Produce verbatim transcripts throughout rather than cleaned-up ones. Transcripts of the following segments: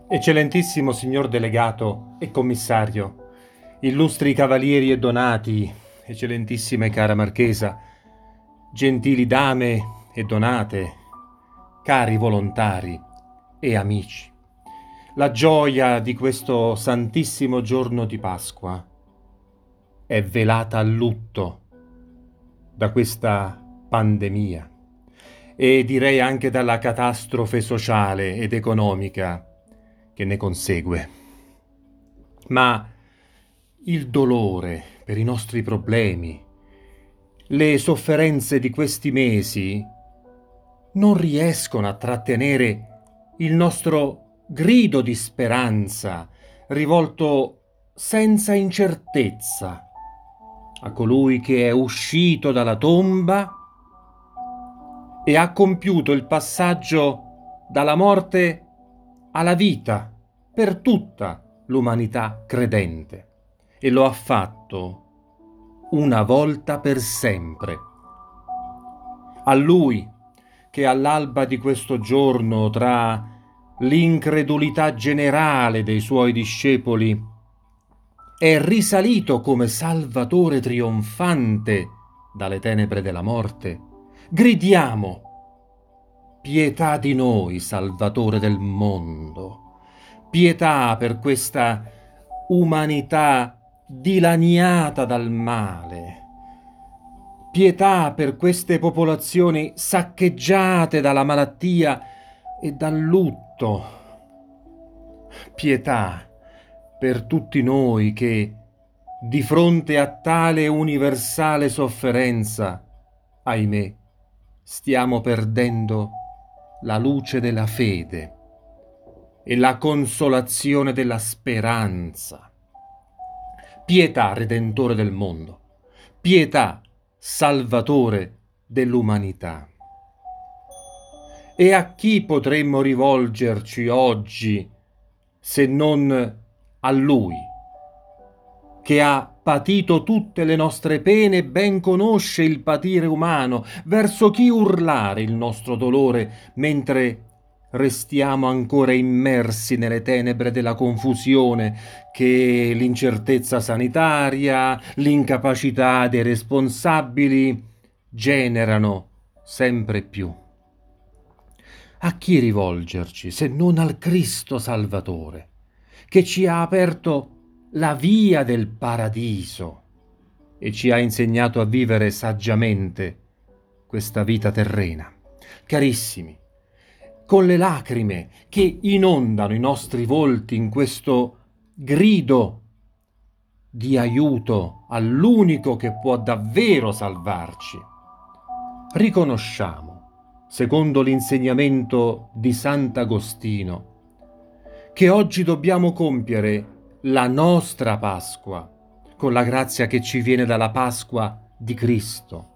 Eccellentissimo signor delegato e commissario, illustri cavalieri e donati, eccellentissima e cara marchesa, gentili dame e donate, cari volontari e amici. La gioia di questo santissimo giorno di Pasqua è velata a lutto da questa pandemia e direi anche dalla catastrofe sociale ed economica che ne consegue. Ma il dolore per i nostri problemi, le sofferenze di questi mesi non riescono a trattenere il nostro grido di speranza rivolto senza incertezza a colui che è uscito dalla tomba e ha compiuto il passaggio dalla morte alla vita per tutta l'umanità credente, e lo ha fatto una volta per sempre. A lui che all'alba di questo giorno, tra l'incredulità generale dei suoi discepoli, è risalito come Salvatore trionfante dalle tenebre della morte, gridiamo: pietà di noi, Salvatore del mondo, pietà per questa umanità dilaniata dal male, pietà per queste popolazioni saccheggiate dalla malattia e dal lutto, pietà per tutti noi che, di fronte a tale universale sofferenza, ahimè, stiamo perdendo la luce della fede e la consolazione della speranza. Pietà, Redentore del mondo, pietà, Salvatore dell'umanità. E a chi potremmo rivolgerci oggi se non a Lui, che ha patito tutte le nostre pene e ben conosce il patire umano? Verso chi urlare il nostro dolore mentre restiamo ancora immersi nelle tenebre della confusione che l'incertezza sanitaria, l'incapacità dei responsabili generano sempre più? A chi rivolgerci se non al Cristo Salvatore, che ci ha aperto la via del paradiso e ci ha insegnato a vivere saggiamente questa vita terrena? Carissimi, con le lacrime che inondano i nostri volti in questo grido di aiuto all'unico che può davvero salvarci, riconosciamo, secondo l'insegnamento di Sant'Agostino, che oggi dobbiamo compiere la nostra Pasqua con la grazia che ci viene dalla Pasqua di Cristo.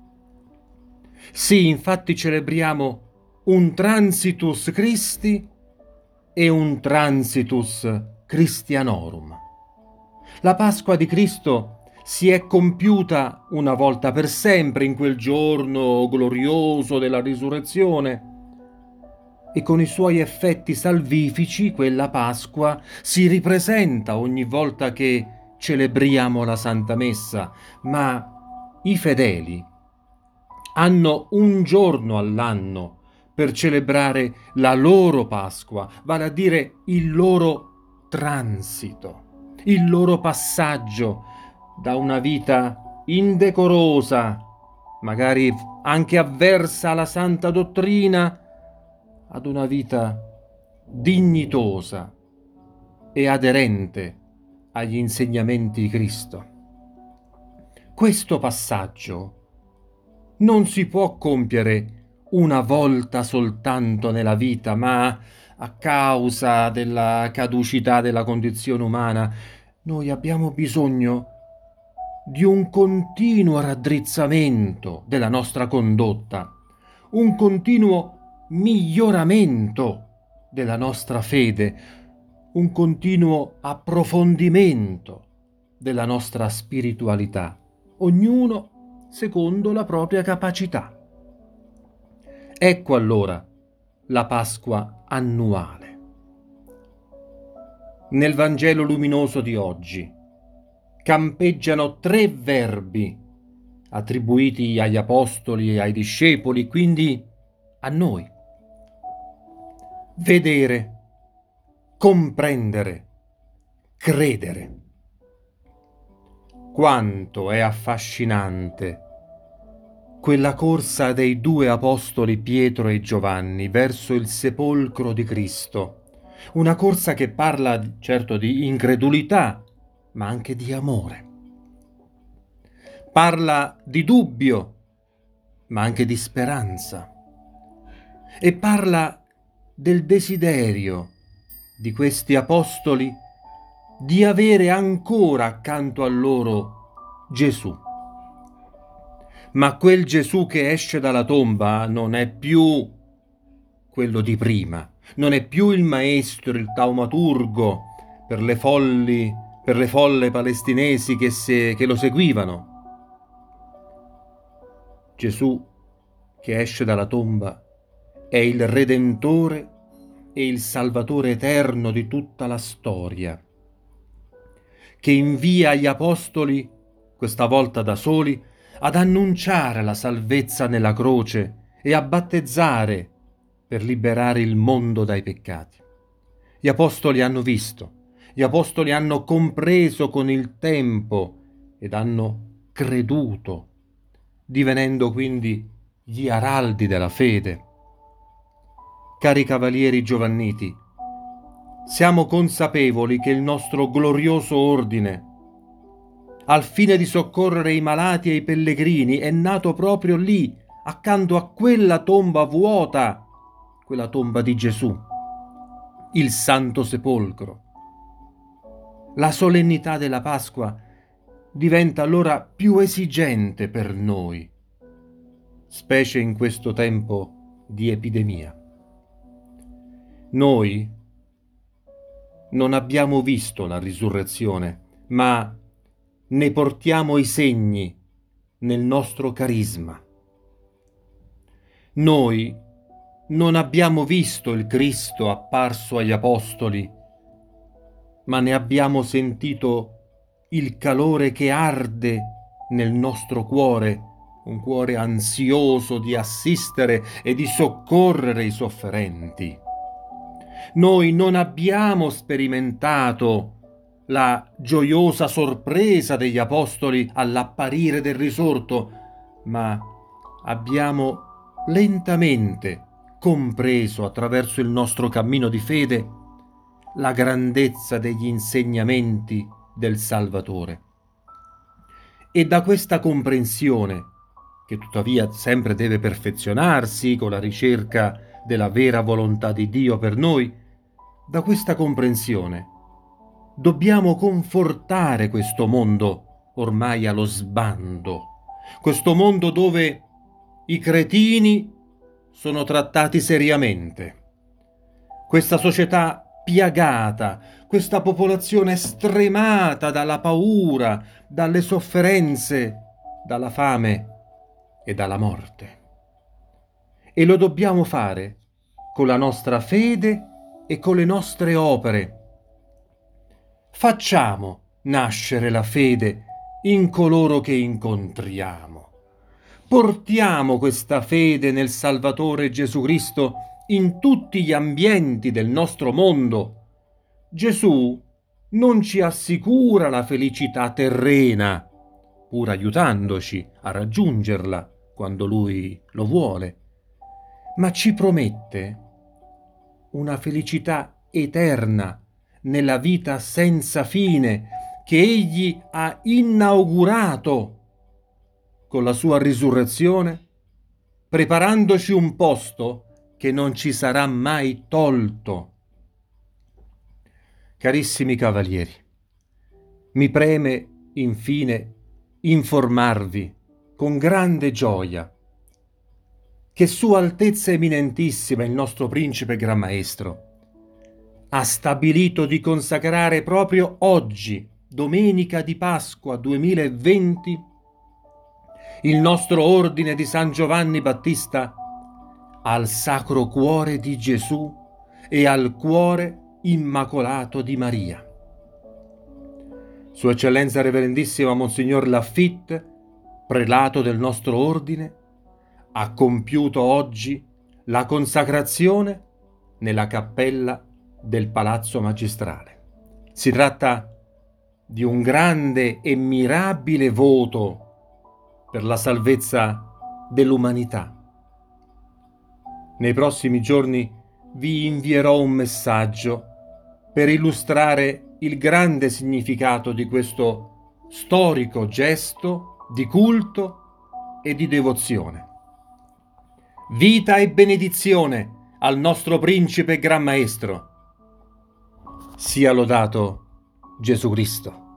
Sì, infatti celebriamo un transitus Christi e un transitus Christianorum. La Pasqua di Cristo si è compiuta una volta per sempre in quel giorno glorioso della risurrezione, e con i suoi effetti salvifici quella Pasqua si ripresenta ogni volta che celebriamo la Santa Messa, ma i fedeli hanno un giorno all'anno per celebrare la loro Pasqua, vale a dire il loro transito, il loro passaggio da una vita indecorosa, magari anche avversa alla santa dottrina, ad una vita dignitosa e aderente agli insegnamenti di Cristo. Questo passaggio non si può compiere una volta soltanto nella vita, ma a causa della caducità della condizione umana, noi abbiamo bisogno di un continuo raddrizzamento della nostra condotta, un continuo miglioramento della nostra fede, un continuo approfondimento della nostra spiritualità, ognuno secondo la propria capacità. Ecco allora la Pasqua annuale. nel Vangelo luminoso di oggi campeggiano tre verbi attribuiti agli apostoli e ai discepoli, quindi a noi. Vedere, comprendere, credere. Quanto è affascinante quella corsa dei due apostoli Pietro e Giovanni verso il sepolcro di Cristo. Una corsa che parla certo di incredulità, ma anche di amore. Parla di dubbio, ma anche di speranza. E parla del desiderio di questi apostoli di avere ancora accanto a loro Gesù. Ma quel Gesù che esce dalla tomba non è più quello di prima, non è più il maestro, il taumaturgo per le folli, per le folle palestinesi che, se, che lo seguivano. Gesù che esce dalla tomba è il Redentore e il Salvatore eterno di tutta la storia, che invia gli apostoli, questa volta da soli, ad annunciare la salvezza nella croce e a battezzare per liberare il mondo dai peccati. Gli apostoli hanno visto, gli apostoli hanno compreso con il tempo ed hanno creduto, divenendo quindi gli araldi della fede. Cari cavalieri giovanniti, siamo consapevoli che il nostro glorioso ordine, al fine di soccorrere i malati e i pellegrini, è nato proprio lì, accanto a quella tomba vuota, quella tomba di Gesù, il Santo Sepolcro. La solennità della Pasqua diventa allora più esigente per noi, specie in questo tempo di epidemia. Noi non abbiamo visto la risurrezione, ma ne portiamo i segni nel nostro carisma. Noi non abbiamo visto il Cristo apparso agli apostoli, ma ne abbiamo sentito il calore che arde nel nostro cuore, un cuore ansioso di assistere e di soccorrere i sofferenti. Noi non abbiamo sperimentato la gioiosa sorpresa degli apostoli all'apparire del risorto, ma abbiamo lentamente compreso attraverso il nostro cammino di fede la grandezza degli insegnamenti del Salvatore. E da questa comprensione, che tuttavia sempre deve perfezionarsi con la ricerca della vera volontà di Dio per noi, da questa comprensione dobbiamo confortare questo mondo ormai allo sbando, questo mondo dove i cretini sono trattati seriamente, questa società piagata, questa popolazione stremata dalla paura, dalle sofferenze, dalla fame e dalla morte. E lo dobbiamo fare con la nostra fede e con le nostre opere. Facciamo nascere la fede in coloro che incontriamo. Portiamo questa fede nel Salvatore Gesù Cristo in tutti gli ambienti del nostro mondo. Gesù non ci assicura la felicità terrena, pur aiutandoci a raggiungerla quando Lui lo vuole, ma ci promette una felicità eterna nella vita senza fine che Egli ha inaugurato con la sua risurrezione, preparandoci un posto che non ci sarà mai tolto. Carissimi cavalieri, mi preme infine informarvi con grande gioia che Sua Altezza Eminentissima, il nostro Principe Gran Maestro, ha stabilito di consacrare proprio oggi, domenica di Pasqua duemilaventi, il nostro ordine di San Giovanni Battista al Sacro Cuore di Gesù e al cuore Immacolato di Maria. Sua Eccellenza Reverendissima Monsignor Laffitte, prelato del nostro ordine, ha compiuto oggi la consacrazione nella cappella del Palazzo Magistrale. Si tratta di un grande e mirabile voto per la salvezza dell'umanità. Nei prossimi giorni vi invierò un messaggio per illustrare il grande significato di questo storico gesto di culto e di devozione. Vita e benedizione al nostro principe e gran maestro. Sia lodato Gesù Cristo.